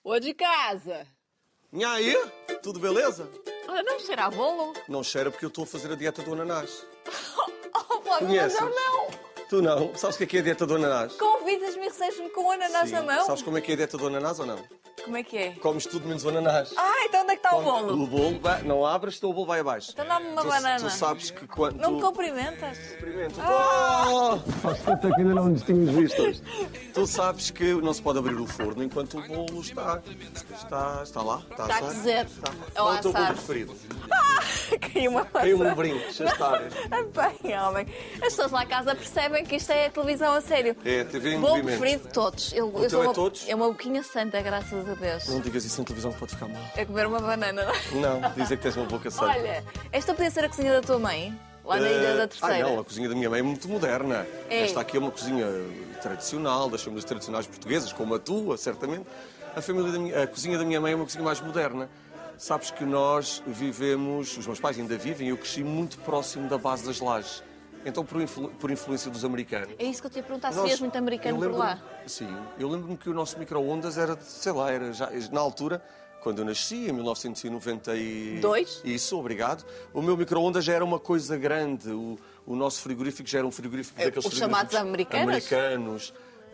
Ô de casa! E aí? Tudo beleza? Olha, não cheira a bolo? Não cheira porque eu estou a fazer a dieta do ananás. Oh, Flávio, mas eu não! Tu não? Sabes o que é a dieta do ananás? Convidas-me e recebes-me com o ananás Sim. na mão? Sabes como é que é a dieta do ananás ou não? Como é que é? Comes tudo menos o ananás. Ah, então onde é que está o bolo? O bolo, não abres, senão o bolo vai abaixo. Então dá-me uma banana. Tu sabes que quando... Não me cumprimentas? Cumprimento. Faz conta que ainda não nos tínhamos visto. Tu sabes que não se pode abrir o forno enquanto o bolo está lá. Está Está a cozer. Qual é o teu bolo assar. preferido? Caiu uma maçã. Caiu-me um brinco, já está. Bem, homem. As pessoas lá em casa percebem que isto é televisão a sério. É, TV em Bolo movimento. preferido de todos. Eu teu sou é todos? É uma boquinha santa, graças a Deus. Não digas isso em televisão que pode ficar mal. É comer uma banana. Não, dizem que tens uma boca santa. Olha, esta podia ser a cozinha da tua mãe, lá na Ilha da Terceira. Não, a cozinha da minha mãe é muito moderna. É. Esta aqui é uma cozinha tradicional, das famílias tradicionais portuguesas, como a tua, certamente. A cozinha da minha mãe é uma cozinha mais moderna. Sabes que nós vivemos, os meus pais ainda vivem, eu cresci muito próximo da base das lajes. Então, por influência dos americanos. É isso que eu te ia perguntar, se vias muito americano por lá. Sim, eu lembro-me que o nosso micro-ondas era, sei lá, era já, na altura, quando eu nasci, em 1992. Isso, obrigado. O meu micro-ondas já era uma coisa grande. O nosso frigorífico já era um frigorífico daqueles Os chamados americanos.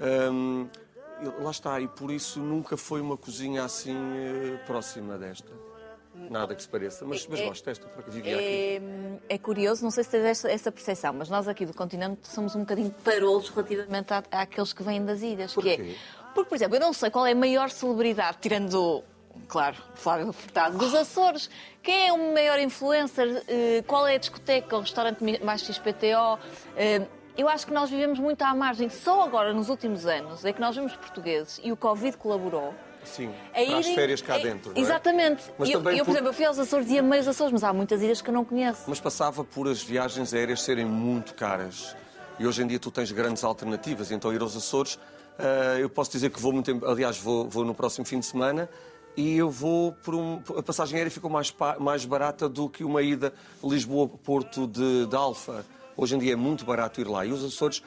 Lá está, e por isso nunca foi uma cozinha assim próxima desta. Nada que se pareça, mas gosto desta, porque vivia aqui. É curioso, não sei se tens essa percepção, mas nós aqui do continente somos um bocadinho parolos relativamente àqueles que vêm das ilhas. Porquê? Porque, por exemplo, eu não sei qual é a maior celebridade, tirando, claro, Flávio Furtado, dos Açores. Quem é o maior influencer? Qual é a discoteca, o restaurante mais XPTO? Eu acho que nós vivemos muito à margem. Só agora, nos últimos anos, é que nós vemos portugueses, e o Covid colaborou. Sim, para as férias cá dentro, não é? Exatamente. Mas por exemplo, eu fui aos Açores e amei os Açores, mas há muitas ilhas que eu não conheço. Mas passava por as viagens aéreas serem muito caras. E hoje em dia tu tens grandes alternativas. Então ir aos Açores, eu posso dizer que vou muito tempo. Aliás, vou no próximo fim de semana e eu vou a passagem aérea ficou mais barata do que uma ida Lisboa-Porto de Alfa. Hoje em dia é muito barato ir lá. E os Açores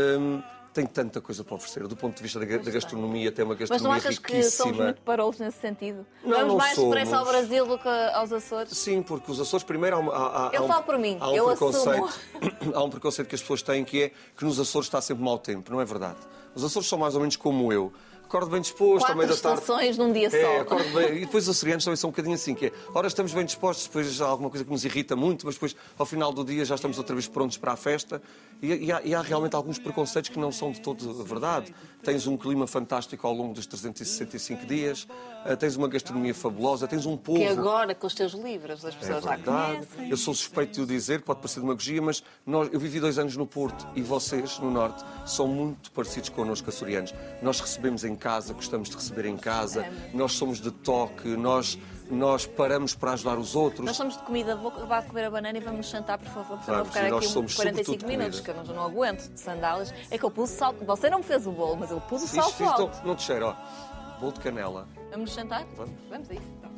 têm tanta coisa para oferecer. Do ponto de vista da gastronomia, tem uma gastronomia riquíssima. Mas não achas que somos muito parolos nesse sentido? Não, Vamos não mais somos. depressa ao Brasil do que aos Açores? Sim, porque os Açores, primeiro, eu falo por mim, há um eu preconceito, assumo. Há um preconceito que as pessoas têm, que é que nos Açores está sempre mau tempo. Não é verdade. Os Açores são mais ou menos como eu. Acordo bem disposto, à meia da tarde. 4 estações num dia só. Acordo bem. E depois os açorianos também são um bocadinho assim, que é, ora estamos bem dispostos, depois há alguma coisa que nos irrita muito, mas depois, ao final do dia, já estamos outra vez prontos para a festa. E há realmente alguns preconceitos que não são de todo verdade. Tens um clima fantástico ao longo dos 365 dias, tens uma gastronomia fabulosa, tens um povo... Que agora, com os teus livros, as pessoas já conhecem. Eu sou suspeito de o dizer, pode parecer demagogia, mas eu vivi 2 anos no Porto e vocês, no Norte, são muito parecidos connosco, açorianos. Nós recebemos em casa, gostamos de receber em casa, nós somos de toque, nós paramos para ajudar os outros. Nós somos de comida, vou acabar de comer a banana e vamos sentar, por favor, porque eu vou Vamos, ficar e nós aqui somos 45 minutos, que eu não aguento de sandálias. É que eu pus o sal, você não me fez o bolo, mas eu pus o sal alto. Não te cheiro, ó. Bolo de canela. Vamos nos sentar? Vamos. Vamos a isso. Então.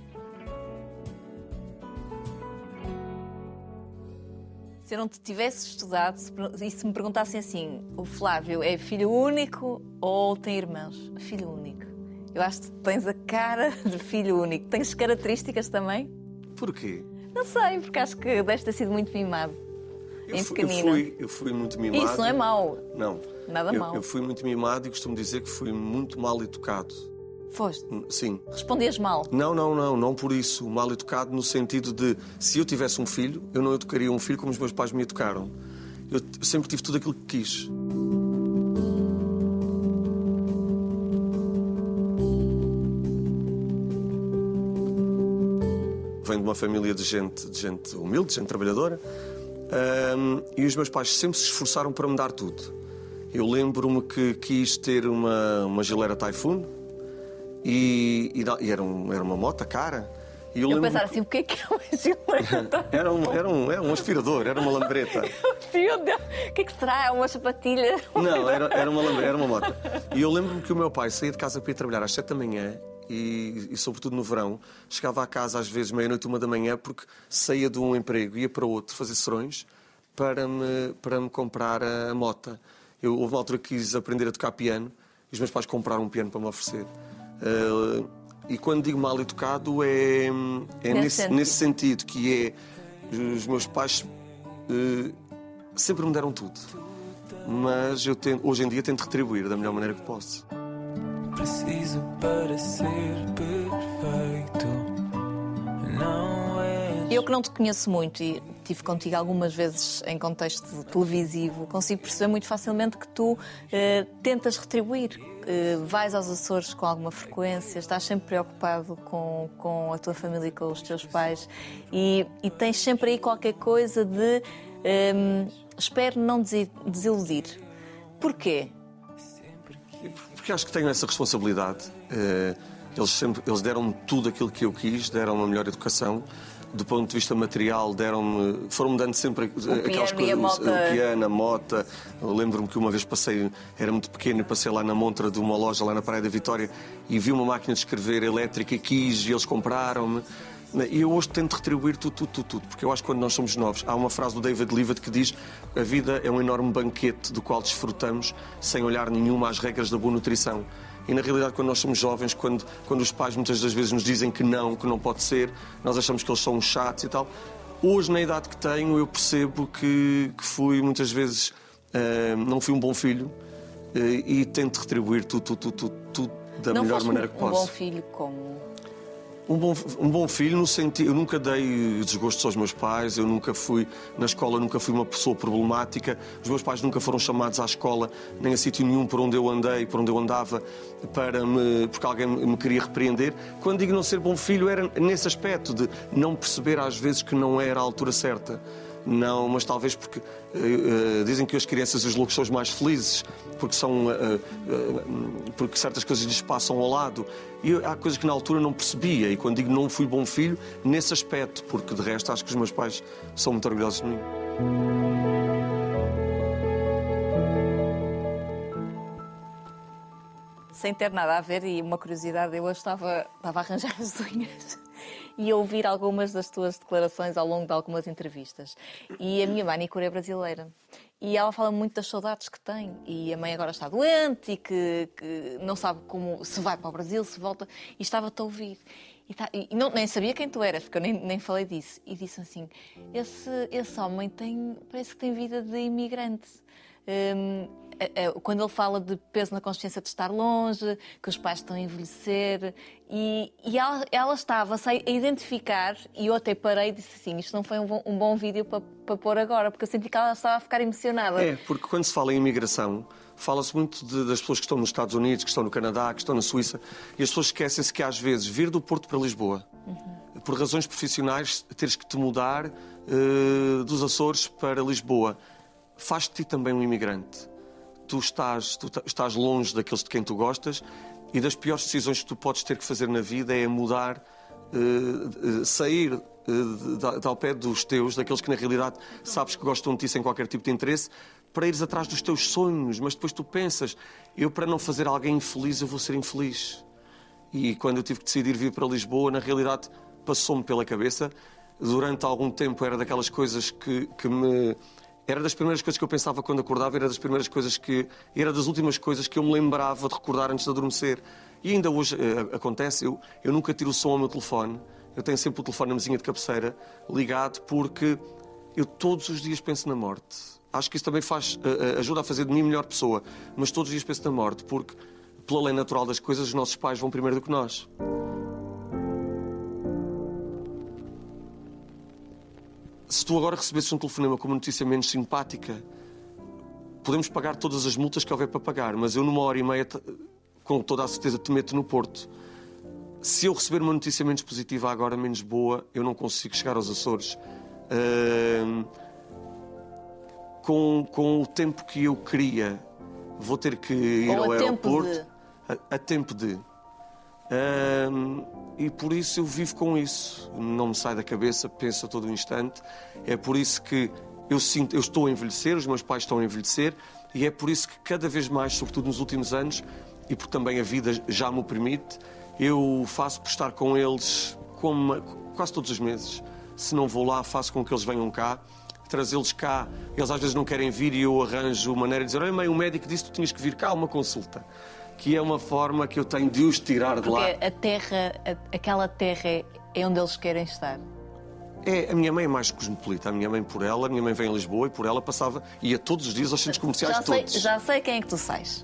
Se eu não te tivesse estudado e se me perguntassem assim, o Flávio é filho único ou tem irmãos? Filho único. Eu acho que tens a cara de filho único. Tens características também? Porquê? Não sei, porque acho que deves ter sido muito mimado. Eu fui muito mimado. Isso não é mau. Não. Nada mau. Eu fui muito mimado e costumo dizer que fui muito mal educado. Foste? Sim. Respondias mal? Não por isso. Mal educado no sentido de, se eu tivesse um filho, eu não educaria um filho como os meus pais me educaram. Eu sempre tive tudo aquilo que quis. Venho de uma família de gente humilde, de gente trabalhadora, e os meus pais sempre se esforçaram para me dar tudo. Eu lembro-me que quis ter uma Gilera Typhoon e era uma moto cara. E eu pensar assim, o que é uma Gilera? Era um aspirador, era uma lambreta. Meu Deus, o que é que será? É uma sapatilha? Não, era uma moto. E eu lembro-me que o meu pai saía de casa para ir trabalhar às 7 da manhã e sobretudo no verão, chegava a casa às vezes meia-noite, 1 da manhã, porque saía de um emprego e ia para outro fazer serões para me comprar a moto. Houve uma altura que quis aprender a tocar piano e os meus pais compraram um piano para me oferecer. E quando digo mal educado é nesse sentido, que é os meus pais sempre me deram tudo, mas eu hoje em dia tento retribuir da melhor maneira que posso. Preciso para ser perfeito. Não é. Eu que não te conheço muito e estive contigo algumas vezes em contexto televisivo, consigo perceber muito facilmente que tu tentas retribuir. Vais aos Açores com alguma frequência, estás sempre preocupado com a tua família e com os teus pais e tens sempre aí qualquer coisa de espero não desiludir. Porquê? Porque acho que tenho essa responsabilidade. Eles deram-me tudo aquilo que eu quis, deram-me a melhor educação. Do ponto de vista material, foram-me dando sempre aquelas coisas, o piano, a mota. Eu lembro-me que uma vez era muito pequeno e passei lá na montra de uma loja lá na Praia da Vitória e vi uma máquina de escrever elétrica e quis e eles compraram-me. E eu hoje tento retribuir tudo, porque eu acho que quando nós somos novos, há uma frase do David Leavitt que diz: a vida é um enorme banquete do qual desfrutamos sem olhar nenhuma às regras da boa nutrição. E na realidade, quando nós somos jovens, quando os pais muitas das vezes nos dizem que não pode ser, nós achamos que eles são chatos e tal. Hoje, na idade que tenho, eu percebo que fui muitas vezes, não fui um bom filho e tento retribuir tudo da melhor maneira que posso. Um bom filho como... Um bom filho no sentido... Eu nunca dei desgostos aos meus pais, na escola nunca fui uma pessoa problemática, os meus pais nunca foram chamados à escola, nem a sítio nenhum por onde eu andei, por onde eu andava, porque alguém me queria repreender. Quando digo não ser bom filho, era nesse aspecto de não perceber às vezes que não era a altura certa. Não, mas talvez porque dizem que as crianças e os loucos são os mais felizes, porque certas coisas lhes passam ao lado. E há coisas que na altura não percebia, e quando digo não fui bom filho, nesse aspecto, porque de resto acho que os meus pais são muito orgulhosos de mim. Sem ter nada a ver, e uma curiosidade, eu hoje estava a arranjar as unhas e a ouvir algumas das tuas declarações ao longo de algumas entrevistas. E a minha manicure é brasileira. E ela fala muito das saudades que tem. E a mãe agora está doente e que não sabe se vai para o Brasil, se volta. E estava-te a ouvir. Nem sabia quem tu eras, porque eu nem falei disso. E disse assim, esse homem parece que tem vida de imigrante. Quando ele fala de peso na consciência de estar longe, que os pais estão a envelhecer, e ela estava-se a identificar, e eu até parei e disse assim, isto não foi um bom vídeo para pôr agora, porque eu senti que ela estava a ficar emocionada. Porque quando se fala em imigração, fala-se muito das pessoas que estão nos Estados Unidos, que estão no Canadá, que estão na Suíça, e as pessoas esquecem-se que às vezes vir do Porto para Lisboa, por razões profissionais, teres que te mudar dos Açores para Lisboa, faz de ti também um imigrante. Tu estás longe daqueles de quem tu gostas e das piores decisões que tu podes ter que fazer na vida é mudar, sair ao pé dos teus, daqueles que na realidade sabes que gostam de ti sem qualquer tipo de interesse, para ires atrás dos teus sonhos. Mas depois tu pensas, eu para não fazer alguém infeliz, eu vou ser infeliz. E quando eu tive que decidir vir para Lisboa, na realidade passou-me pela cabeça. Durante algum tempo era daquelas coisas que me... Era das primeiras coisas que eu pensava quando acordava, era das últimas coisas que eu me lembrava de recordar antes de adormecer. E ainda hoje acontece, eu nunca tiro o som ao meu telefone, eu tenho sempre o telefone na mesinha de cabeceira ligado, porque eu todos os dias penso na morte. Acho que isso também ajuda a fazer de mim melhor pessoa, mas todos os dias penso na morte, porque pela lei natural das coisas os nossos pais vão primeiro do que nós. Se tu agora recebesses um telefonema com uma notícia menos simpática, podemos pagar todas as multas que houver para pagar, mas eu numa hora e meia, com toda a certeza, te meto no Porto. Se eu receber uma notícia menos positiva agora, menos boa, eu não consigo chegar aos Açores. Com o tempo que eu queria, vou ter que ir ao aeroporto. A tempo de... E por isso eu vivo com isso, não me sai da cabeça, penso a todo instante. É por isso que eu estou a envelhecer, os meus pais estão a envelhecer, e é por isso que cada vez mais, sobretudo nos últimos anos, e porque também a vida já me o permite, eu faço por estar com eles quase todos os meses. Se não vou lá, faço com que eles venham cá, trazê-los cá. Eles às vezes não querem vir e eu arranjo maneira de dizer: olha, mãe, o médico disse que tu tinhas que vir cá a uma consulta. que é uma forma que eu tenho de os tirar de lá. Porque a terra, aquela terra é onde eles querem estar. A minha mãe é mais cosmopolita. A minha mãe, por ela, a minha mãe vem a Lisboa e por ela ia todos os dias aos centros comerciais todos. Já sei quem é que tu sais.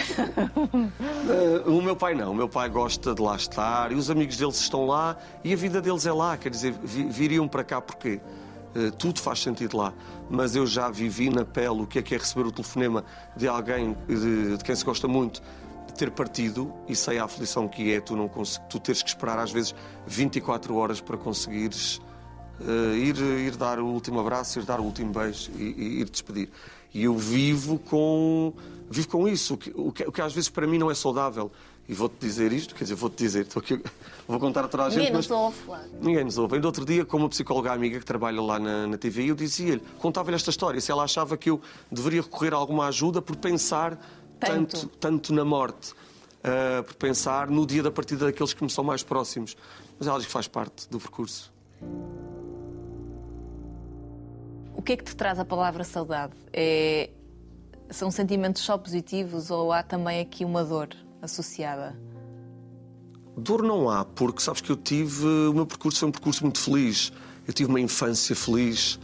O meu pai não. O meu pai gosta de lá estar e os amigos deles estão lá e a vida deles é lá. Quer dizer, viriam para cá porquê? Tudo faz sentido lá. Mas eu já vivi na pele o que é receber o telefonema de alguém de quem se gosta muito, de ter partido, e sei a aflição que é tu teres que esperar às vezes 24 horas para conseguires ir dar o último abraço, ir dar o último beijo e ir despedir. E eu vivo com isso, o que às vezes para mim não é saudável. E vou-te dizer isto, quer dizer, vou contar a toda a gente. Ninguém nos ouve. Ninguém nos ouve. Ainda outro dia, com uma psicóloga amiga que trabalha lá na TV, eu dizia-lhe, contava-lhe esta história, se ela achava que eu deveria recorrer a alguma ajuda por pensar tanto na morte, por pensar no dia da partida daqueles que me são mais próximos. Mas ela diz que faz parte do percurso. O que é que te traz a palavra saudade? São sentimentos só positivos ou há também aqui uma dor associada? Dor não há, porque sabes que o meu percurso foi um percurso muito feliz. Eu tive uma infância feliz.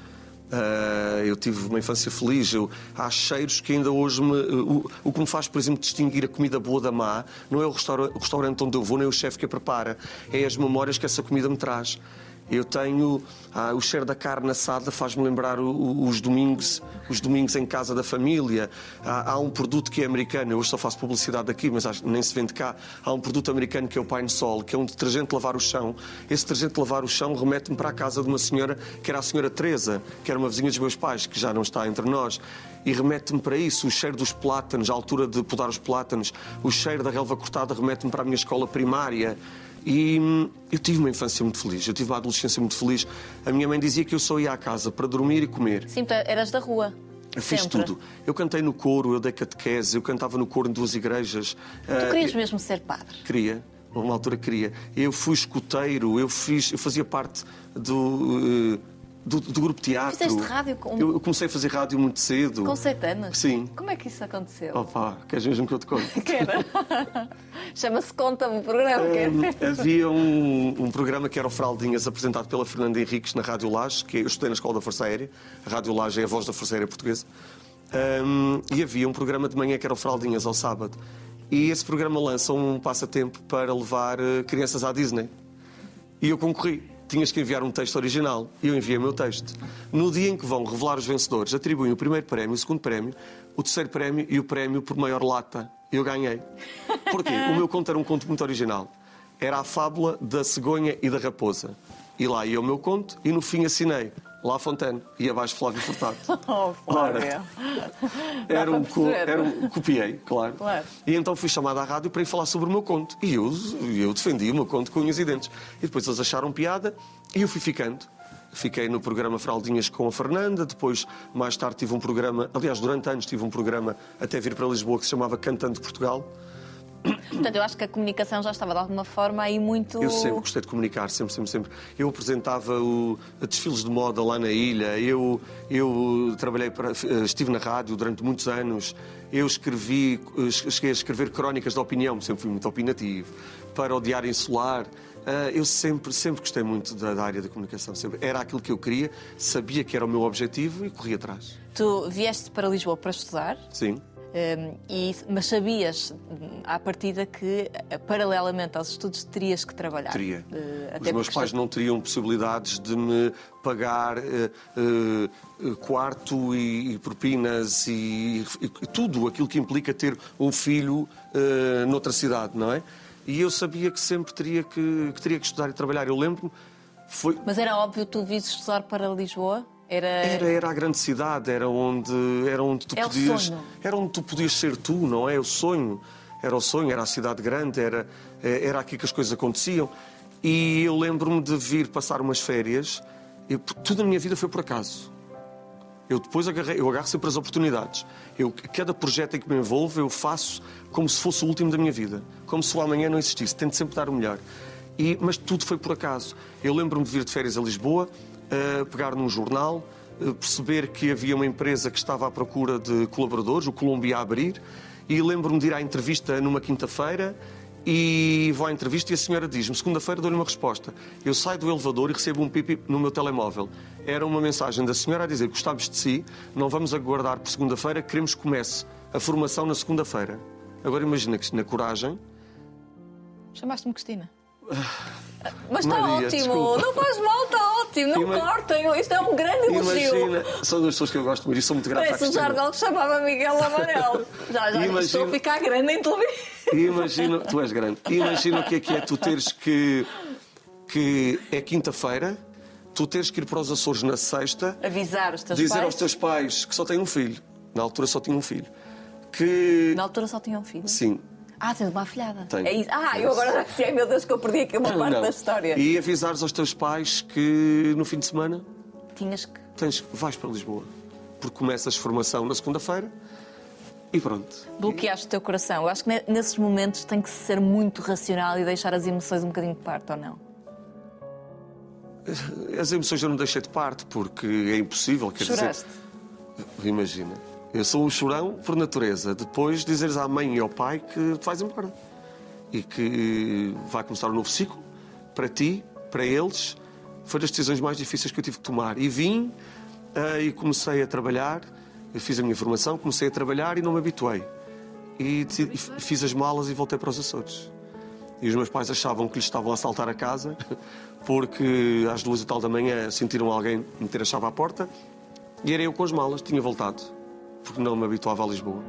Há cheiros que ainda hoje o que me faz, por exemplo, distinguir a comida boa da má não é o restaurante onde eu vou, nem o chefe que a prepara. É as memórias que essa comida me traz. Eu tenho o cheiro da carne assada, faz-me lembrar os domingos em casa da família. Há um produto que é americano, eu hoje só faço publicidade aqui, mas nem se vende cá. Há um produto americano que é o Pine Sol, que é um detergente de lavar o chão. Esse detergente de lavar o chão remete-me para a casa de uma senhora, que era a senhora Teresa, que era uma vizinha dos meus pais, que já não está entre nós. E remete-me para isso, o cheiro dos plátanos, a altura de podar os plátanos, o cheiro da relva cortada remete-me para a minha escola primária. E eu tive uma infância muito feliz, eu tive uma adolescência muito feliz. A minha mãe dizia que eu só ia à casa para dormir e comer. Sim, eras da rua. Eu fiz tudo. Eu cantei no coro, eu dei catequese, eu cantava no coro em 2 igrejas. Tu querias mesmo ser padre? Queria, a uma altura queria. Eu fui escoteiro, eu fazia parte do grupo de teatro. Fizeste rádio? Eu comecei a fazer rádio muito cedo. Com 7 anos? Sim. Como é que isso aconteceu? Queres mesmo que eu te conte? Quero. Chama-se Conta-me o programa. Havia um programa que era o Fraldinhas, apresentado pela Fernanda Henriques na Rádio Laje, que eu estudei na Escola da Força Aérea. A Rádio Laje é a voz da Força Aérea Portuguesa. E havia um programa de manhã que era o Fraldinhas, ao sábado. E esse programa lança um passatempo para levar crianças à Disney. E eu concorri. Tinhas que enviar um texto original e eu enviei o meu texto. No dia em que vão revelar os vencedores, atribuem o primeiro prémio, o segundo prémio, o terceiro prémio e o prémio por maior lata. Eu ganhei. Porquê? O meu conto era um conto muito original. Era a fábula da cegonha e da raposa. E lá ia o meu conto e no fim assinei La Fontaine e abaixo Flávio Furtado. Flávio. Copiei, claro. E então fui chamado à rádio para ir falar sobre o meu conto. E eu defendi o meu conto com unhas e dentes. E depois eles acharam piada e eu fui ficando. Fiquei no programa Fraldinhas com a Fernanda, depois, mais tarde, tive um programa... Aliás, durante anos tive um programa até vir para Lisboa que se chamava Cantando Portugal. Portanto, eu acho que a comunicação já estava de alguma forma aí muito... Eu sempre gostei de comunicar, sempre. Eu apresentava desfiles de moda lá na ilha, eu estive na rádio durante muitos anos, eu cheguei a escrever crónicas de opinião, sempre fui muito opinativo, para o Diário Insular. Eu sempre gostei muito da área da comunicação. Era aquilo que eu queria, sabia que era o meu objetivo e corri atrás. Tu vieste para Lisboa para estudar? Sim. Mas sabias, à partida, que paralelamente aos estudos terias que trabalhar? Teria. Os meus pais não teriam possibilidades de me pagar quarto e propinas e tudo aquilo que implica ter um filho noutra cidade, não é? E eu sabia que sempre teria que estudar e trabalhar. Eu lembro-me... Mas era óbvio que tu vires estudar para Lisboa? Era a grande cidade, era onde tu podias... Sonho. Era onde tu podias ser tu, não é? O sonho. Era o sonho, era a cidade grande, era aqui que as coisas aconteciam. E eu lembro-me de vir passar umas férias. Tudo na minha vida foi por acaso. Eu agarro sempre as oportunidades. Cada projeto em que me envolvo, eu faço como se fosse o último da minha vida. Como se o amanhã não existisse. Tento sempre dar o melhor. Mas tudo foi por acaso. Eu lembro-me de vir de férias a Lisboa, pegar num jornal, perceber que havia uma empresa que estava à procura de colaboradores, o Columbia a abrir, E lembro-me de ir à entrevista numa quinta-feira e vou à entrevista e a senhora diz-me, segunda-feira dou-lhe uma resposta. Eu saio do elevador e recebo um pipi no meu telemóvel. Era uma mensagem da senhora a dizer: gostamos de si, não vamos aguardar por segunda-feira, queremos que comece a formação na segunda-feira. Agora imagina que na coragem... Chamaste-me Cristina. Mas está Maria, ótimo, desculpa. não faz mal, está ótimo, não cortem, isto é um grande elogio. Imagina, são duas pessoas que eu gosto muito e sou muito grato à Parece o Cristina. jargão que chamava Miguel Amarelo. Já estou a ficar grande em televisão. Imagina, tu és grande. Imagina o que é tu teres que é quinta-feira, tu teres que ir para os Açores na sexta, Avisar os teus dizer pais. aos teus pais que só têm um filho. Na altura só tinha um filho. Que... Na altura só tinha um filho? Sim. Ah, tens uma afilhada. Tenho. É isso. Eu agora já sei, meu Deus, que eu perdi aqui uma parte Não. da história. E avisares aos teus pais que no fim de semana Tinhas que... vais para Lisboa. Porque começas formação na segunda-feira e pronto. Bloqueaste o teu coração. Eu acho que nesses momentos tem que ser muito racional e deixar as emoções um bocadinho de parte, ou não? As emoções eu não deixei de parte, porque é impossível, quer Choraste? dizer... Imagina. Eu sou um chorão por natureza. Depois dizeres à mãe e ao pai que te vais embora. E que vai começar um novo ciclo, para ti, para eles. Foi das decisões mais difíceis que eu tive que tomar. E vim e comecei a trabalhar, eu fiz a minha formação, comecei a trabalhar e não me habituei. E fiz as malas e voltei para os Açores. E os meus pais achavam que lhes estavam a assaltar a casa, porque às 2h sentiram alguém meter a chave à porta, e era eu com as malas, tinha voltado, porque não me habituava a Lisboa.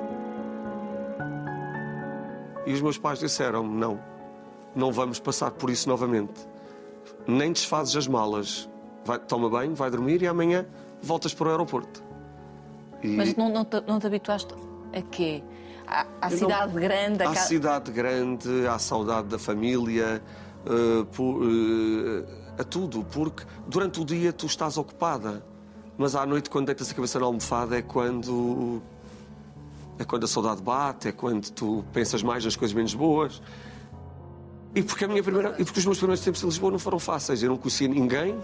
E os meus pais disseram-me: não vamos passar por isso novamente. Nem desfazes as malas, toma banho, vai dormir e amanhã voltas para o aeroporto. Mas não te habituaste a quê? À cidade grande? À cidade grande, à saudade da família, a tudo, porque durante o dia tu estás ocupada, mas à noite, quando deitas a cabeça na almofada, é quando a saudade bate, é quando tu pensas mais nas coisas menos boas. E porque os meus primeiros tempos em Lisboa não foram fáceis. Eu não conhecia ninguém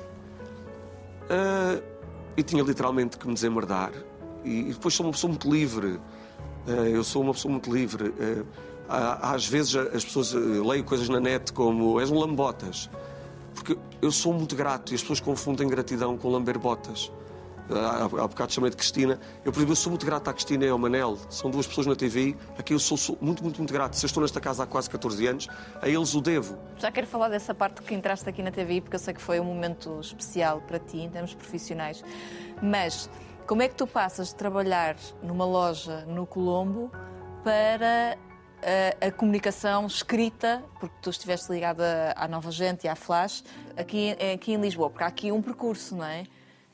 e tinha literalmente que me desemmerdar. E depois sou uma pessoa muito livre. Eu sou uma pessoa muito livre. Às vezes as pessoas leem coisas na net como: és um lambotas. Porque eu sou muito grato e as pessoas confundem gratidão com lamber botas. Há bocado chamei de Cristina. Eu, por exemplo, sou muito grato à Cristina e ao Manel. São duas pessoas na TVI a quem eu sou muito, muito, muito grato. Se eu estou nesta casa há quase 14 anos, a eles o devo. Já quero falar dessa parte que entraste aqui na TVI, porque eu sei que foi um momento especial para ti, em termos profissionais. Mas como é que tu passas de trabalhar numa loja no Colombo para a comunicação escrita, porque tu estiveste ligada à Nova Gente e à Flash, aqui em Lisboa? Porque há aqui um percurso, não é?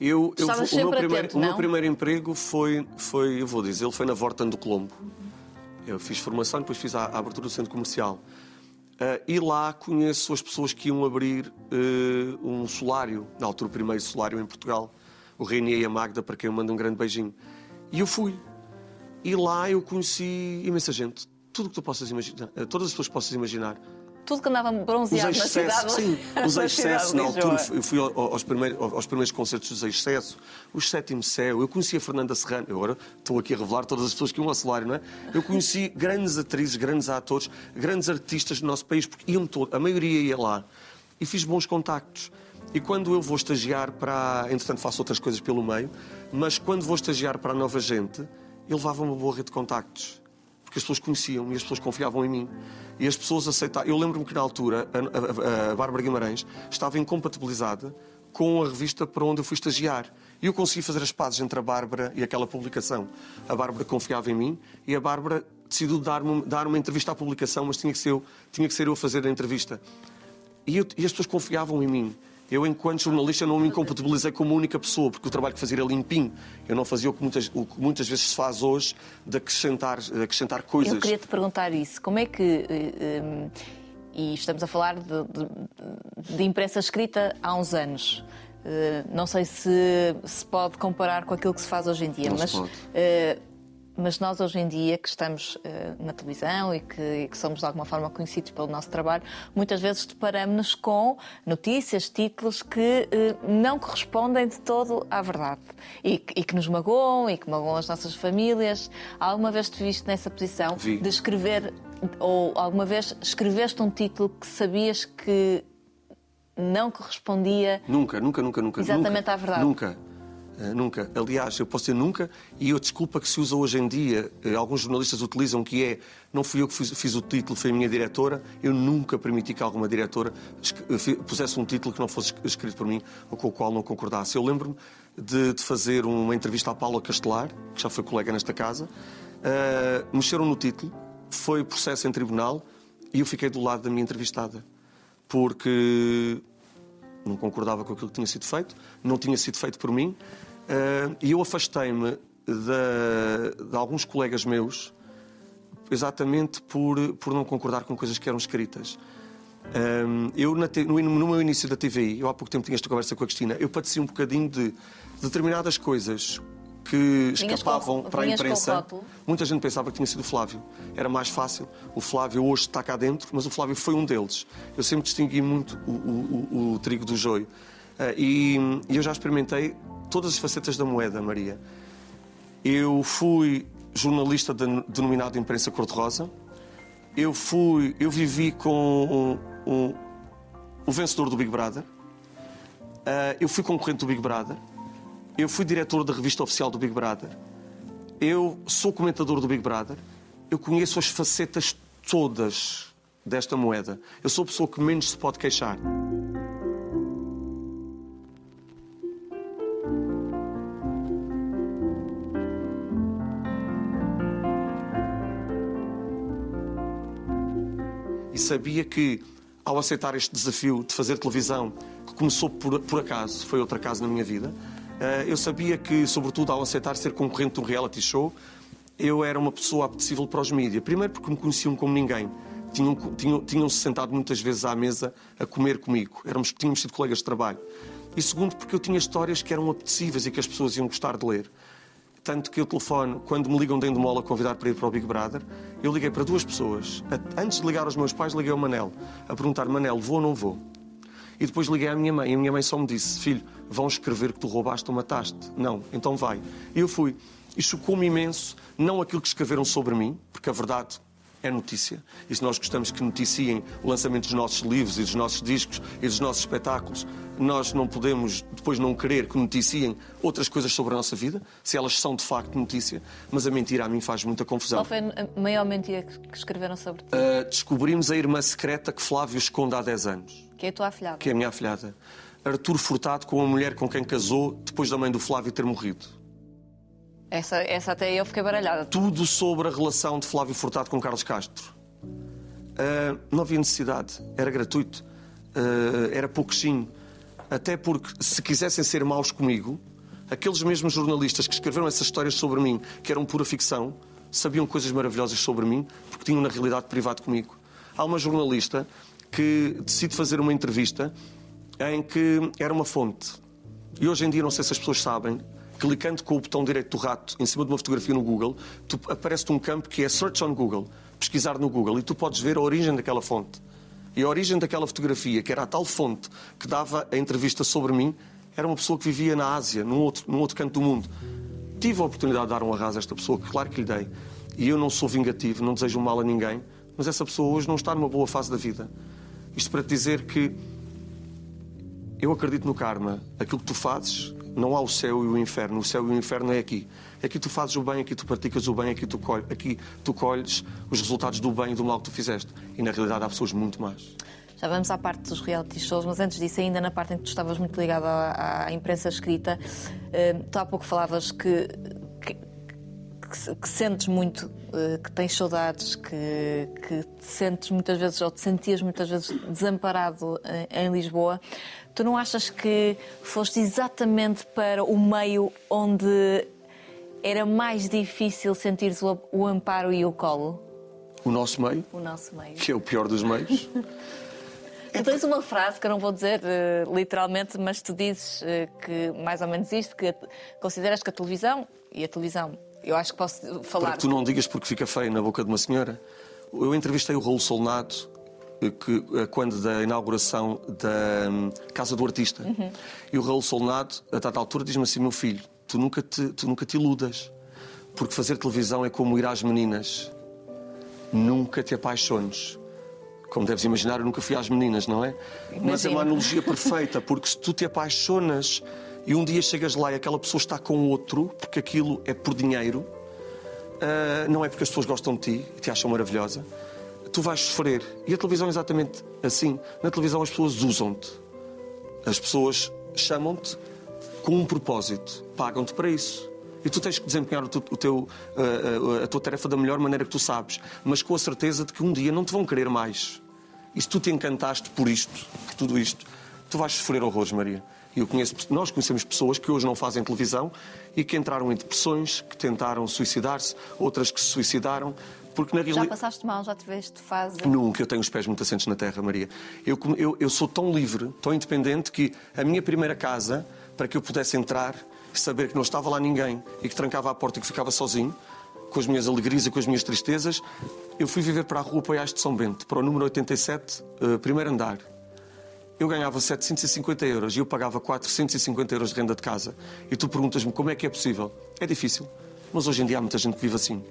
O meu primeiro emprego foi, eu vou dizer, ele foi na Vorten do Colombo. Eu fiz formação, depois fiz a abertura do centro comercial. E lá conheço as pessoas que iam abrir um solário, na altura o primeiro solário em Portugal, o Reinier e a Magda, para quem eu mando um grande beijinho. E eu fui. E lá eu conheci imensa gente. Tudo que tu possas imaginar, todas as pessoas que possas imaginar. Tudo que andava bronzeado na cidade. Sim, os Excesso, na altura, eu fui aos primeiros concertos dos Excesso, os Sétimo Céu, eu conheci a Fernanda Serrano, eu agora estou aqui a revelar todas as pessoas que iam ao solário, não é? Eu conheci grandes atrizes, grandes atores, grandes artistas do nosso país, porque iam todos, a maioria ia lá, e fiz bons contactos. E quando eu vou estagiar entretanto faço outras coisas pelo meio, mas quando vou estagiar para a Nova Gente, eu levava uma boa rede de contactos. Porque as pessoas conheciam e as pessoas confiavam em mim. E as pessoas aceitavam. Eu lembro-me que na altura a Bárbara Guimarães estava incompatibilizada com a revista para onde eu fui estagiar. E eu consegui fazer as pazes entre a Bárbara e aquela publicação. A Bárbara confiava em mim e a Bárbara decidiu dar uma entrevista à publicação, mas tinha que ser eu a fazer a entrevista. E as pessoas confiavam em mim. Eu, enquanto jornalista, não me incompatibilizei como uma única pessoa, porque o trabalho que fazia era limpinho. Eu não fazia o que muitas vezes se faz hoje, de acrescentar coisas. Eu queria te perguntar isso. Como é que... e estamos a falar de imprensa escrita há uns anos. Não sei se pode comparar com aquilo que se faz hoje em dia, Não mas se pode. Mas nós, hoje em dia, que estamos na televisão e que somos de alguma forma conhecidos pelo nosso trabalho, muitas vezes deparamos-nos com notícias, títulos que não correspondem de todo à verdade e que nos magoam e que magoam as nossas famílias. Alguma vez te viste nessa posição de escrever, ou alguma vez escreveste um título que sabias que não correspondia Nunca. exatamente à verdade? Nunca. Aliás, eu posso dizer nunca, e a desculpa que se usa hoje em dia, alguns jornalistas utilizam, que é: não fui eu que fiz o título, foi a minha diretora. Eu nunca permiti que alguma diretora pusesse um título que não fosse escrito por mim ou com o qual não concordasse. Eu lembro-me de fazer uma entrevista à Paula Castelar, que já foi colega nesta casa. Mexeram no título, foi processo em tribunal e eu fiquei do lado da minha entrevistada, porque não concordava com aquilo que tinha sido feito, não tinha sido feito por mim, e eu afastei-me de alguns colegas meus exatamente por não concordar com coisas que eram escritas. Eu, no meu início da TVI, eu há pouco tempo tinha esta conversa com a Cristina, eu padecia um bocadinho de determinadas coisas que escapavam para a imprensa. Muita gente pensava que tinha sido o Flávio. Era mais fácil. O Flávio hoje está cá dentro, mas o Flávio foi um deles. Eu sempre distingui muito o trigo do joio. E eu já experimentei todas as facetas da moeda, Maria. Eu fui jornalista denominado imprensa cor-de-rosa. Eu vivi com o vencedor do Big Brother. Eu fui concorrente do Big Brother. Eu fui diretor da revista oficial do Big Brother. Eu sou comentador do Big Brother. Eu conheço as facetas todas desta moeda. Eu sou a pessoa que menos se pode queixar. E sabia que, ao aceitar este desafio de fazer televisão, que começou por acaso, foi outro acaso na minha vida, eu sabia que, sobretudo ao aceitar ser concorrente de um reality show, eu era uma pessoa apetecível para os mídias. Primeiro porque me conheciam como ninguém. Tinham-se sentado muitas vezes à mesa a comer comigo. Tínhamos sido colegas de trabalho. E segundo porque eu tinha histórias que eram apetecíveis e que as pessoas iam gostar de ler. Tanto que eu telefono, quando me ligam de Endemol a convidar para ir para o Big Brother, eu liguei para duas pessoas. Antes de ligar aos meus pais, liguei ao Manel, a perguntar: Manel, vou ou não vou? E depois liguei à minha mãe, e a minha mãe só me disse: filho, vão escrever que tu roubaste ou mataste. Não, então vai. E eu fui. E chocou-me imenso, não aquilo que escreveram sobre mim, porque a verdade é notícia. E se nós gostamos que noticiem o lançamento dos nossos livros e dos nossos discos e dos nossos espetáculos, nós não podemos depois não querer que noticiem outras coisas sobre a nossa vida, se elas são de facto notícia. Mas a mentira a mim faz muita confusão. Qual foi a maior mentira que escreveram sobre ti? Descobrimos a irmã secreta que Flávio esconde há 10 anos. Que é a tua afilhada? Que é a minha afilhada. Artur Furtado com a mulher com quem casou depois da mãe do Flávio ter morrido. Essa até eu fiquei baralhada. Tudo sobre a relação de Flávio Furtado com Carlos Castro. Não havia necessidade. Era gratuito. Era pouquinho. Até porque, se quisessem ser maus comigo, aqueles mesmos jornalistas que escreveram essas histórias sobre mim, que eram pura ficção, sabiam coisas maravilhosas sobre mim, porque tinham na realidade privado comigo. Há uma jornalista que decide fazer uma entrevista em que era uma fonte. E hoje em dia, não sei se as pessoas sabem, clicando com o botão direito do rato em cima de uma fotografia no Google, aparece-te um campo que é Search on Google, pesquisar no Google, e tu podes ver a origem daquela fonte. E a origem daquela fotografia, que era a tal fonte que dava a entrevista sobre mim, era uma pessoa que vivia na Ásia, num outro canto do mundo. Tive a oportunidade de dar um arraso a esta pessoa, que claro que lhe dei. E eu não sou vingativo, não desejo mal a ninguém, mas essa pessoa hoje não está numa boa fase da vida. Isto para te dizer que eu acredito no karma. Aquilo que tu fazes, não há o céu e o inferno. O céu e o inferno é aqui. Aqui tu fazes o bem, aqui tu praticas o bem, aqui tu colhes os resultados do bem e do mal que tu fizeste. E na realidade há pessoas muito más. Já vamos à parte dos reality shows, mas antes disso, ainda na parte em que tu estavas muito ligado à imprensa escrita, tu há pouco falavas que sentes muito, que tens saudades, que te sentes muitas vezes, ou te sentias muitas vezes desamparado em Lisboa. Tu não achas que foste exatamente para o meio onde era mais difícil sentir o amparo e o colo? O nosso meio? O nosso meio. Que é o pior dos meios. Tu tens uma frase que eu não vou dizer literalmente, mas tu dizes que mais ou menos isto, que consideras que a televisão Eu acho que posso falar... Para que tu não digas porque fica feio na boca de uma senhora. Eu entrevistei o Raul Solnado quando da inauguração da Casa do Artista. E o Raul Solnado, a dada altura, diz-me assim: meu filho, tu nunca te iludas, porque fazer televisão é como ir às meninas. Nunca te apaixones. Como deves imaginar, eu nunca fui às meninas, não é? Imagino. Mas é uma analogia perfeita, porque se tu te apaixonas e um dia chegas lá e aquela pessoa está com outro, porque aquilo é por dinheiro, não é porque as pessoas gostam de ti e te acham maravilhosa, tu vais sofrer. E a televisão é exatamente assim. Na televisão as pessoas usam-te. As pessoas chamam-te com um propósito. Pagam-te para isso. E tu tens que desempenhar a tua tarefa da melhor maneira que tu sabes. Mas com a certeza de que um dia não te vão querer mais. E se tu te encantaste por isto, por tudo isto, tu vais sofrer horrores, Maria. E nós conhecemos pessoas que hoje não fazem televisão e que entraram em depressões, que tentaram suicidar-se, outras que se suicidaram. Porque na Já passaste mal? Já tiveste fase? Nunca. Eu tenho os pés muito assentes na terra, Maria. Eu sou tão livre, tão independente, que a minha primeira casa, para que eu pudesse entrar e saber que não estava lá ninguém e que trancava a porta e que ficava sozinho, com as minhas alegrias e com as minhas tristezas, eu fui viver para a Rua Poiás de São Bento, para o número 87, primeiro andar. Eu ganhava 750 euros e eu pagava 450 euros de renda de casa. E tu perguntas-me como é que é possível. É difícil, mas hoje em dia há muita gente que vive assim.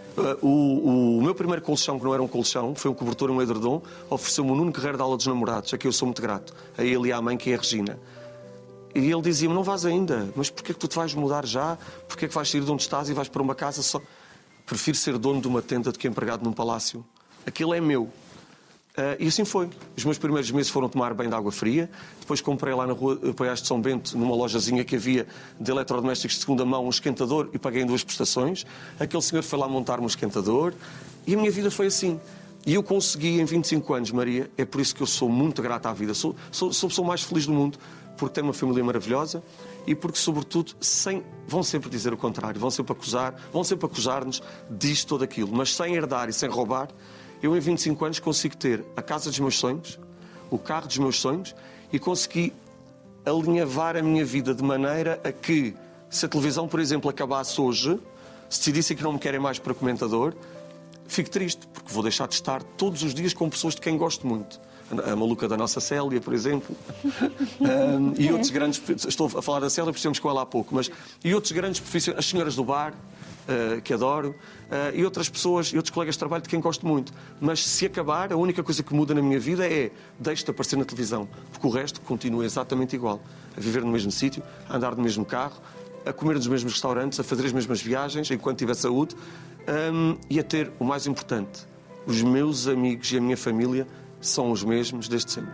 O meu primeiro colchão, que não era um colchão, foi um cobertor, um edredom, ofereceu-me o Nuno Guerreiro da Aula dos Namorados, a quem eu sou muito grato, a ele e à mãe, que é a Regina. E ele dizia-me: não vais ainda, mas porquê é que tu te vais mudar já? Porquê é que vais sair de onde estás e vais para uma casa só? Prefiro ser dono de uma tenda do que empregado num palácio. Aquilo é meu. E assim foi. Os meus primeiros meses foram tomar banho de água fria. Depois comprei lá na Rua Poiás de São Bento, numa lojazinha que havia de eletrodomésticos de segunda mão, um esquentador, e paguei em 2 prestações. Aquele senhor foi lá montar-me um esquentador. E a minha vida foi assim. E eu consegui em 25 anos, Maria. É por isso que eu sou muito grata à vida. Sou a pessoa mais feliz do mundo, porque tenho uma família maravilhosa e porque, sobretudo, vão sempre dizer o contrário. Vão sempre acusar-nos disto ou daquilo. Mas sem herdar e sem roubar, eu em 25 anos consigo ter a casa dos meus sonhos, o carro dos meus sonhos, e consegui alinhavar a minha vida de maneira a que, se a televisão, por exemplo, acabasse hoje, se decidissem que não me querem mais para comentador, fico triste, porque vou deixar de estar todos os dias com pessoas de quem gosto muito. A maluca da nossa Célia, por exemplo, e outros grandes... Estou a falar da Célia porque estamos com ela há pouco, mas... E outros grandes profissionais, as senhoras do bar, que adoro, e outras pessoas e outros colegas de trabalho de quem gosto muito. Mas se acabar, a única coisa que muda na minha vida é deixo de aparecer na televisão, porque o resto continua exatamente igual. A viver no mesmo sítio, a andar no mesmo carro, a comer nos mesmos restaurantes, a fazer as mesmas viagens, enquanto tiver saúde, e a ter o mais importante: os meus amigos e a minha família são os mesmos desde sempre.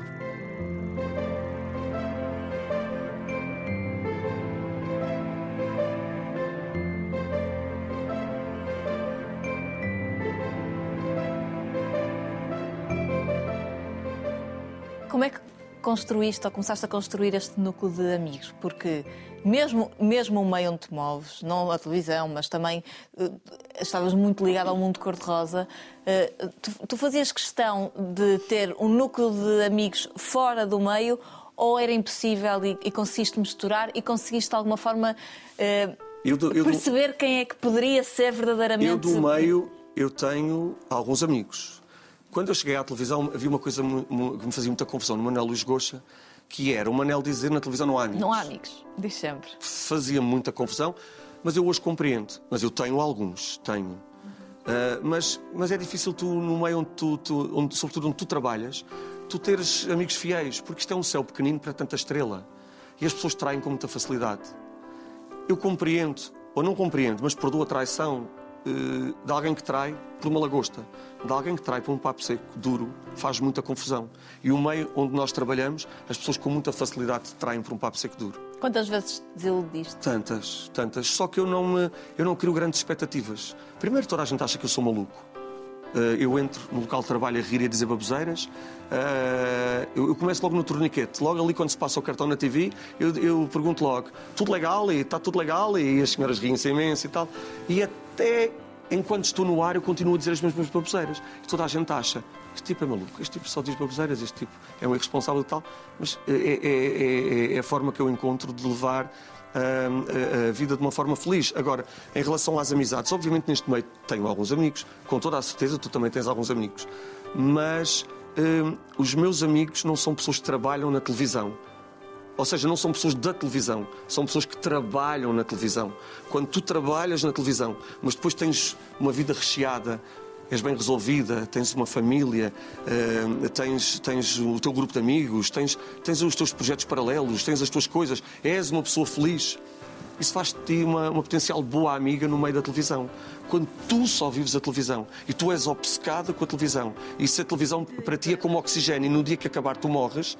Como é que construíste ou começaste a construir este núcleo de amigos? Porque mesmo o meio onde te moves, não a televisão, mas também estavas muito ligado ao mundo cor-de-rosa, tu fazias questão de ter um núcleo de amigos fora do meio, ou era impossível e conseguiste misturar e conseguiste de alguma forma perceber quem é que poderia ser verdadeiramente... Eu do meio, eu tenho alguns amigos. Quando eu cheguei à televisão, havia uma coisa que me fazia muita confusão no Manuel Luís Goxa, que era o Manel dizer: na televisão não há amigos. Não há amigos, diz sempre. Fazia muita confusão, mas eu hoje compreendo. Mas eu tenho alguns, tenho. Mas é difícil tu, no meio sobretudo onde tu trabalhas, tu teres amigos fiéis, porque isto é um céu pequenino para tanta estrela. E as pessoas traem com muita facilidade. Eu compreendo, ou não compreendo, mas perdoo a traição de alguém que trai por uma lagosta, de alguém que trai por um papo seco, duro, faz muita confusão. E o meio onde nós trabalhamos, as pessoas com muita facilidade te traem por um papo seco, duro. Quantas vezes te desiludiste? Tantas. Só que eu não crio grandes expectativas. Primeiro, toda a gente acha que eu sou maluco. Eu entro no local de trabalho a rir e a dizer baboseiras. Eu começo logo no torniquete. Logo ali, quando se passa o cartão na TV, eu pergunto logo: tudo legal? E está tudo legal? E as senhoras riem-se imenso e tal. E até enquanto estou no ar, eu continuo a dizer as mesmas baboseiras. E toda a gente acha: este tipo é maluco, este tipo só diz baboseiras, este tipo é um irresponsável e tal, mas é a forma que eu encontro de levar a vida de uma forma feliz. Agora, em relação às amizades, obviamente neste meio tenho alguns amigos, com toda a certeza tu também tens alguns amigos, mas os meus amigos não são pessoas que trabalham na televisão. Ou seja, não são pessoas da televisão, são pessoas que trabalham na televisão. Quando tu trabalhas na televisão, mas depois tens uma vida recheada, és bem resolvida, tens uma família, tens o teu grupo de amigos, tens os teus projetos paralelos, tens as tuas coisas, és uma pessoa feliz. Isso faz de ti uma potencial boa amiga no meio da televisão. Quando tu só vives a televisão e tu és obcecada com a televisão, e se a televisão para ti é como oxigênio e no dia que acabar tu morres,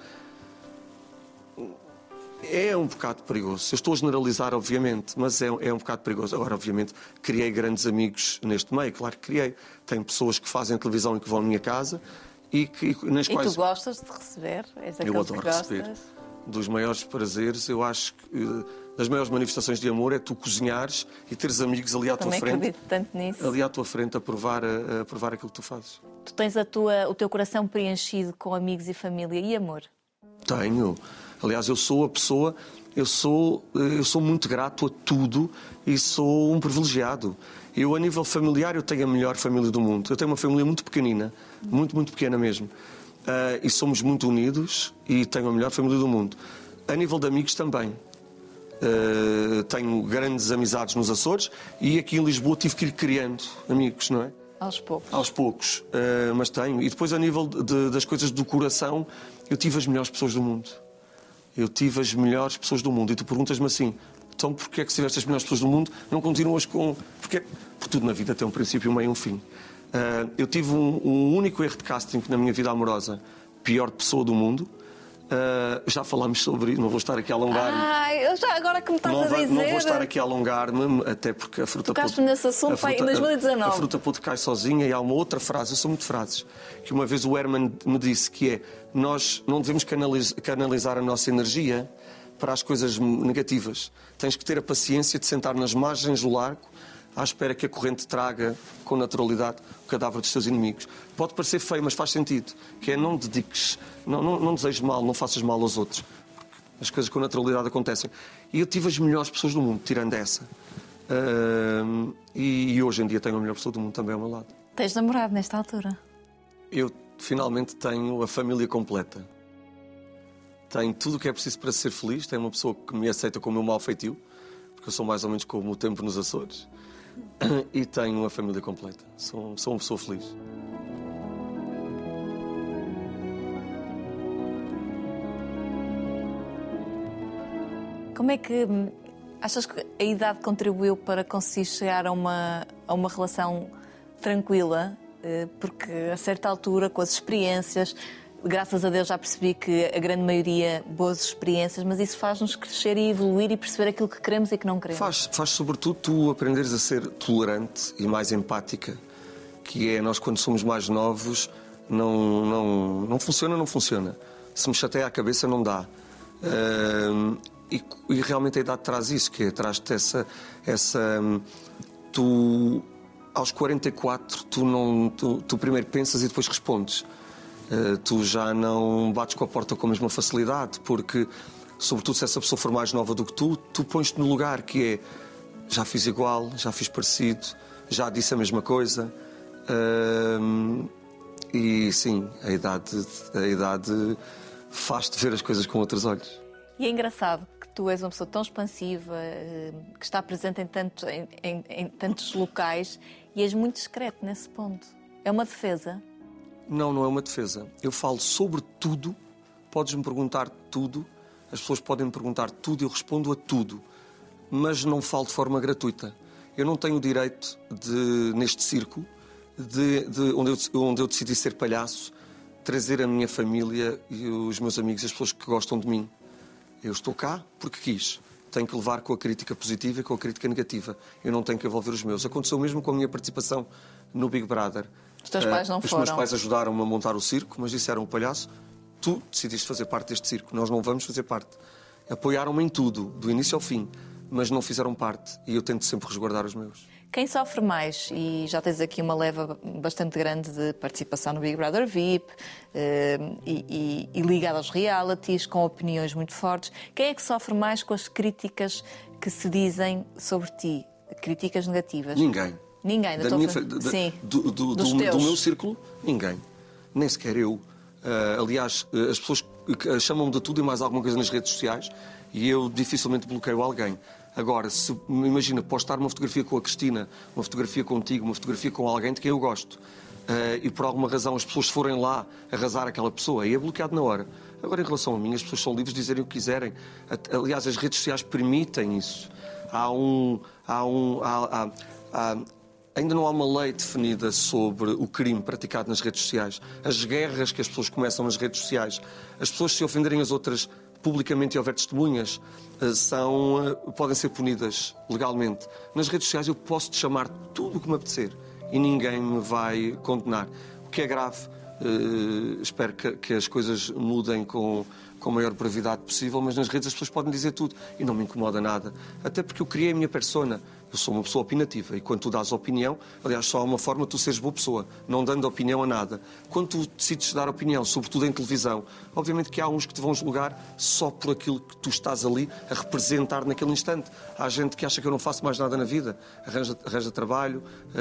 é um bocado perigoso. Eu estou a generalizar, obviamente, mas é um bocado perigoso. Agora, obviamente, criei grandes amigos neste meio, claro que criei. Tenho pessoas que fazem televisão e que vão à minha casa nas quais... E tu gostas de receber? És Eu adoro receber. Dos maiores prazeres, eu acho que das maiores manifestações de amor é tu cozinhares e teres amigos ali à tua frente. Também acredito tanto nisso. Ali à tua frente a provar aquilo que tu fazes. Tu tens o teu coração preenchido com amigos e família e amor? Tenho. Aliás, eu sou a pessoa, eu sou muito grato a tudo e sou um privilegiado. Eu, a nível familiar, eu tenho a melhor família do mundo. Eu tenho uma família muito pequenina, muito, muito pequena mesmo. E somos muito unidos e tenho a melhor família do mundo. A nível de amigos também. Tenho grandes amizades nos Açores e aqui em Lisboa tive que ir criando amigos, não é? Aos poucos. Aos poucos, mas tenho. E depois, a nível das coisas do coração, eu tive as melhores pessoas do mundo. Eu tive as melhores pessoas do mundo. E tu perguntas-me assim, então porquê é que se tiveste as melhores pessoas do mundo, não continuas com... Porque tudo na vida tem um princípio, um meio e um fim. Eu tive um único erro de casting na minha vida amorosa, pior pessoa do mundo. Já falámos sobre isso, não vou estar aqui a alongar-me. Agora que me estás a dizer... Não vou estar aqui a alongar-me, até porque a fruta... Tocaste-me nesse assunto em 2019. A fruta podre cai sozinha, e há uma outra frase, eu sou muito frases, que uma vez o Herman me disse, que é: nós não devemos canalizar a nossa energia para as coisas negativas. Tens que ter a paciência de sentar nas margens do largo, à espera que a corrente traga com naturalidade o cadáver dos teus inimigos. Pode parecer feio, mas faz sentido. Que é: não dediques, não desejes mal, não faças mal aos outros. As coisas com naturalidade acontecem. E eu tive as melhores pessoas do mundo, tirando essa. E hoje em dia tenho a melhor pessoa do mundo também ao meu lado. Tens namorado nesta altura? Eu finalmente tenho a família completa. Tenho tudo o que é preciso para ser feliz. Tenho uma pessoa que me aceita como o meu mau feitio, porque eu sou mais ou menos como o tempo nos Açores. E tenho uma família completa. Sou uma pessoa feliz. Como é que achas que a idade contribuiu para conseguir chegar a uma relação tranquila? Porque a certa altura, com as experiências, graças a Deus já percebi que a grande maioria boas experiências, mas isso faz-nos crescer e evoluir e perceber aquilo que queremos e que não queremos. Faz sobretudo tu aprenderes a ser tolerante e mais empática, que é, nós quando somos mais novos não funciona. Se me chateia a cabeça não dá. E realmente a idade traz isso, que é, traz-te tu aos 44 tu primeiro pensas e depois respondes. Tu já não bates com a porta com a mesma facilidade, porque, sobretudo se essa pessoa for mais nova do que tu pões-te no lugar, que é: já fiz igual, já fiz parecido, já disse a mesma coisa. E sim, a idade faz-te ver as coisas com outros olhos. E é engraçado que tu és uma pessoa tão expansiva, que está presente em tantos locais, e és muito discreto nesse ponto. É uma defesa? Não é uma defesa. Eu falo sobre tudo, podes-me perguntar tudo, as pessoas podem me perguntar tudo e eu respondo a tudo, mas não falo de forma gratuita. Eu não tenho o direito neste circo, onde eu decidi ser palhaço, trazer a minha família e os meus amigos, as pessoas que gostam de mim. Eu estou cá porque quis. Tenho que levar com a crítica positiva e com a crítica negativa. Eu não tenho que envolver os meus. Aconteceu mesmo com a minha participação no Big Brother. Os teus pais não foram? Os meus pais ajudaram-me a montar o circo, mas disseram: o palhaço, tu decidiste fazer parte deste circo, nós não vamos fazer parte. Apoiaram-me em tudo, do início ao fim, mas não fizeram parte. E eu tento sempre resguardar os meus. Quem sofre mais, e já tens aqui uma leva bastante grande de participação no Big Brother VIP e ligado aos realities, com opiniões muito fortes, quem é que sofre mais com as críticas que se dizem sobre ti? Críticas negativas? Ninguém. Ninguém, da minha, Sim. Do meu círculo, ninguém. Nem sequer eu. Aliás, as pessoas chamam-me de tudo e mais alguma coisa nas redes sociais e eu dificilmente bloqueio alguém. Agora, se imagina, postar uma fotografia com a Cristina, uma fotografia contigo, uma fotografia com alguém de quem eu gosto, e por alguma razão as pessoas forem lá arrasar aquela pessoa, aí é bloqueado na hora. Agora, em relação a mim, as pessoas são livres de dizerem o que quiserem. Aliás, as redes sociais permitem isso. Ainda não há uma lei definida sobre o crime praticado nas redes sociais. As guerras que as pessoas começam nas redes sociais, as pessoas se ofenderem as outras publicamente e houver testemunhas, podem ser punidas legalmente. Nas redes sociais eu posso te chamar tudo o que me apetecer e ninguém me vai condenar. O que é grave, espero que as coisas mudem com a maior brevidade possível, mas nas redes as pessoas podem dizer tudo e não me incomoda nada. Até porque eu criei a minha persona. Eu sou uma pessoa opinativa e quando tu dás opinião, aliás, só há uma forma de tu seres boa pessoa, não dando opinião a nada. Quando tu decides dar opinião, sobretudo em televisão, obviamente que há uns que te vão julgar só por aquilo que tu estás ali a representar naquele instante. Há gente que acha que eu não faço mais nada na vida, arranja trabalho.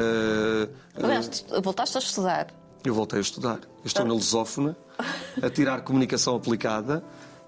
Aliás, voltaste a estudar. Eu voltei a estudar. Eu estou na Lusófona, a tirar comunicação aplicada.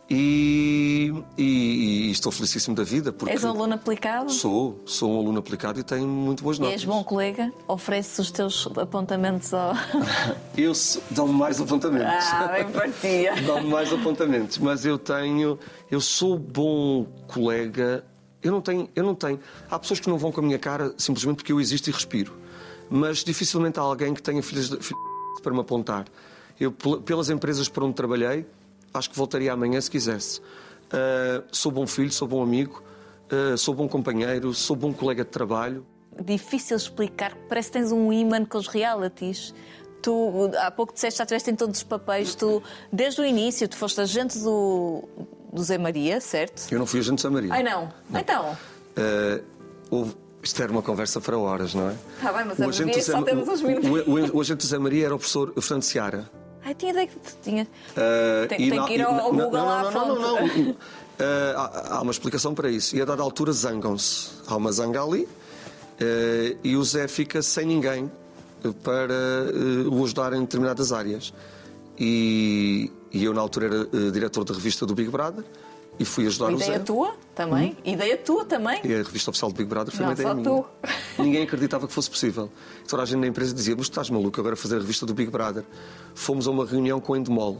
E estou felicíssimo da vida. Porque és um aluno aplicado? Sou um aluno aplicado e tenho muito boas notas. E és bom colega? Ofereces os teus apontamentos ao... Dão-me mais apontamentos. Bem parecia. Dão-me mais apontamentos. Mas eu sou bom colega. Eu não tenho. Há pessoas que não vão com a minha cara simplesmente porque eu existo e respiro. Mas dificilmente há alguém que tenha filhos para me apontar. Eu, pelas empresas por onde trabalhei, acho que voltaria amanhã se quisesse. Sou bom filho, sou bom amigo, sou bom companheiro, sou bom colega de trabalho. Difícil explicar, parece que tens um ímã com os realities. Tu, há pouco disseste, já estiveste em todos os papéis. Tu, desde o início, tu foste agente do Zé Maria, certo? Eu não fui agente do Zé Maria. Ai, não? Então? Isto era uma conversa para horas, não é? Está bem, mas só temos uns minutos. O agente do Zé Maria era o professor Fernando Seara. Ai, tinha ideia que tu tinha. Tem que ir ao Google lá à fonte. Não. Há uma explicação para isso. E a dada altura zangam-se. Há uma zanga ali e o Zé fica sem ninguém para o ajudar em determinadas áreas. E eu, na altura, era diretor da revista do Big Brother e fui ajudar o Zé. Ideia tua também? Ideia tua também? E a revista oficial do Big Brother foi uma ideia minha. Tu. Ninguém acreditava que fosse possível. Toda a gente na empresa dizia: mas tu estás maluco agora a fazer a revista do Big Brother? Fomos a uma reunião com o Endemol.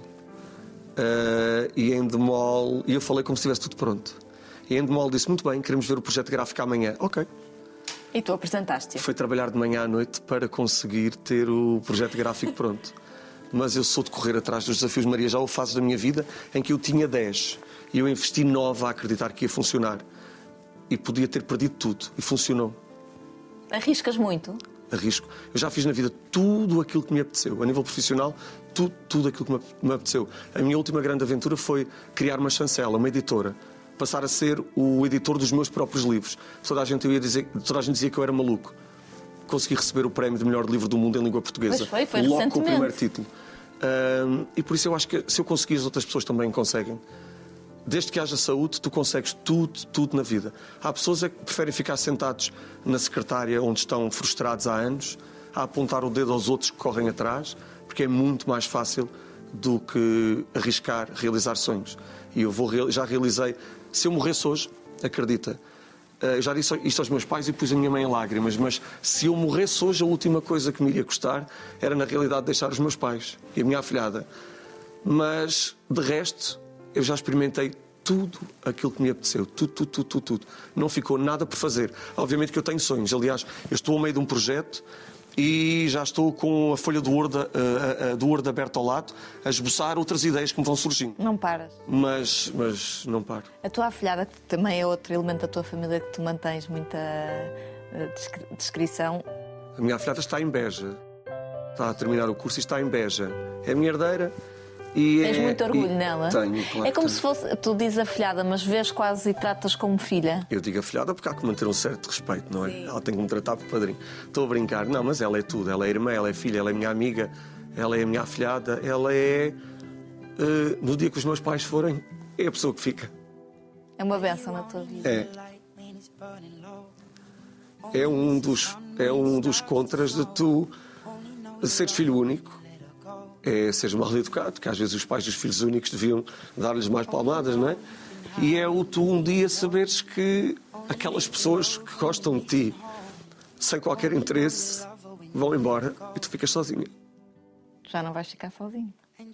E eu falei como se estivesse tudo pronto. E a Endemol disse: muito bem, queremos ver o projeto gráfico amanhã. Ok. E tu apresentaste-o? Foi trabalhar de manhã à noite para conseguir ter o projeto gráfico pronto. Mas eu sou de correr atrás dos desafios. Maria, já houve fases da minha vida em que eu tinha 10 e eu investi 9 a acreditar que ia funcionar. E podia ter perdido tudo. E funcionou. Arriscas muito? Arrisco. Eu já fiz na vida tudo aquilo que me apeteceu. A nível profissional, tudo aquilo que me apeteceu. A minha última grande aventura foi criar uma chancela, uma editora. Passar a ser o editor dos meus próprios livros. Toda a gente dizia que eu era maluco. Consegui receber o prémio de melhor livro do mundo em língua portuguesa. Pois foi logo recentemente. com o primeiro título. E por isso eu acho que se eu conseguir, as outras pessoas também conseguem. Desde que haja saúde, tu consegues tudo na vida. Há pessoas que preferem ficar sentados na secretária onde estão frustrados há anos, a apontar o dedo aos outros que correm atrás, porque é muito mais fácil do que arriscar realizar sonhos. E já realizei. Se eu morresse hoje, acredita, eu já disse isto aos meus pais e pus a minha mãe em lágrimas, mas se eu morresse hoje, a última coisa que me iria custar era, na realidade, deixar os meus pais e a minha afilhada. Mas, de resto, eu já experimentei tudo aquilo que me apeteceu. Tudo. Não ficou nada por fazer. Obviamente que eu tenho sonhos. Aliás, eu estou ao meio de um projeto e já estou com a folha do Word aberta ao lado a esboçar outras ideias que me vão surgindo. Não paras? Mas não paro. A tua afilhada também é outro elemento da tua família que tu mantens muita descrição. A minha afilhada está em Beja. Está a terminar o curso e está em Beja. É a minha herdeira Tens muito orgulho nela? Tenho, claro. É como se fosse, tu dizes afilhada, mas vês quase e tratas como filha. Eu digo afilhada porque há que manter um certo respeito, não é? Sim. Ela tem que me tratar por padrinho. Estou a brincar. Não, mas ela é tudo. Ela é irmã, ela é filha, ela é minha amiga, ela é a minha afilhada, ela é... no dia que os meus pais forem, é a pessoa que fica. É uma bênção na tua vida. É um dos contras de tu seres filho único. É seres mal educado, porque às vezes os pais dos filhos únicos deviam dar-lhes mais palmadas, não é? E é o tu um dia saberes que aquelas pessoas que gostam de ti, sem qualquer interesse, vão embora e tu ficas sozinha. Já não vais ficar sozinho.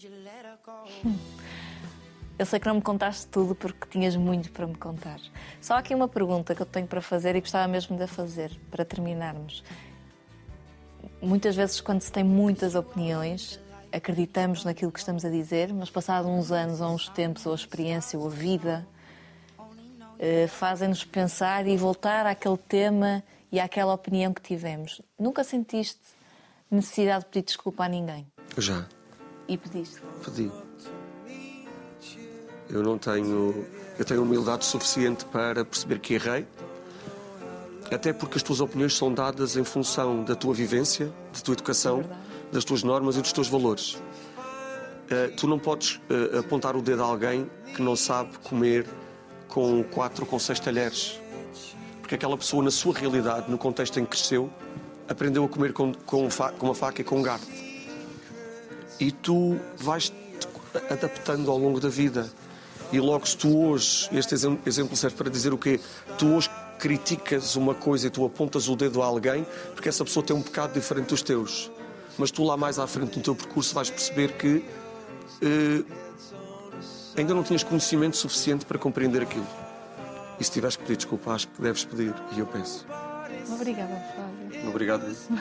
Eu sei que não me contaste tudo porque tinhas muito para me contar. Só há aqui uma pergunta que eu tenho para fazer e gostava mesmo de a fazer, para terminarmos. Muitas vezes, quando se tem muitas opiniões, acreditamos naquilo que estamos a dizer, mas passados uns anos, ou uns tempos, ou a experiência, ou a vida, fazem-nos pensar e voltar àquele tema e àquela opinião que tivemos. Nunca sentiste necessidade de pedir desculpa a ninguém? Já. E pediste? Pedi. Eu tenho humildade suficiente para perceber que errei, até porque as tuas opiniões são dadas em função da tua vivência, da tua educação, das tuas normas e dos teus valores. Tu não podes apontar o dedo a alguém que não sabe comer com 4 ou com 6 talheres. Porque aquela pessoa, na sua realidade, no contexto em que cresceu, aprendeu a comer com uma faca e com um garfo. E tu vais-te adaptando ao longo da vida. E logo se tu hoje, este exemplo serve para dizer o quê? Tu hoje criticas uma coisa e tu apontas o dedo a alguém porque essa pessoa tem um pecado diferente dos teus. Mas tu lá mais à frente no teu percurso vais perceber que ainda não tinhas conhecimento suficiente para compreender aquilo. E se tiveres que pedir desculpa, acho que deves pedir. E eu peço. Obrigada, Flávio. Obrigado. Sim!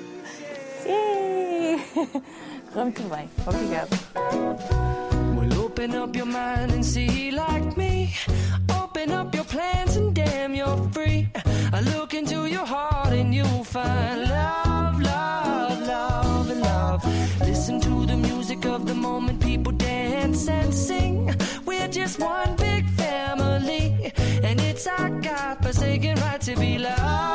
Correu muito bem. Obrigada. Well, open up your mind and see like me. Open up your plans and damn, you're free. I look into your heart and you'll find love, love, love and love. Listen to the music of the moment, people dance and sing. We're just one big family, and it's our God-forsaken right to be loved.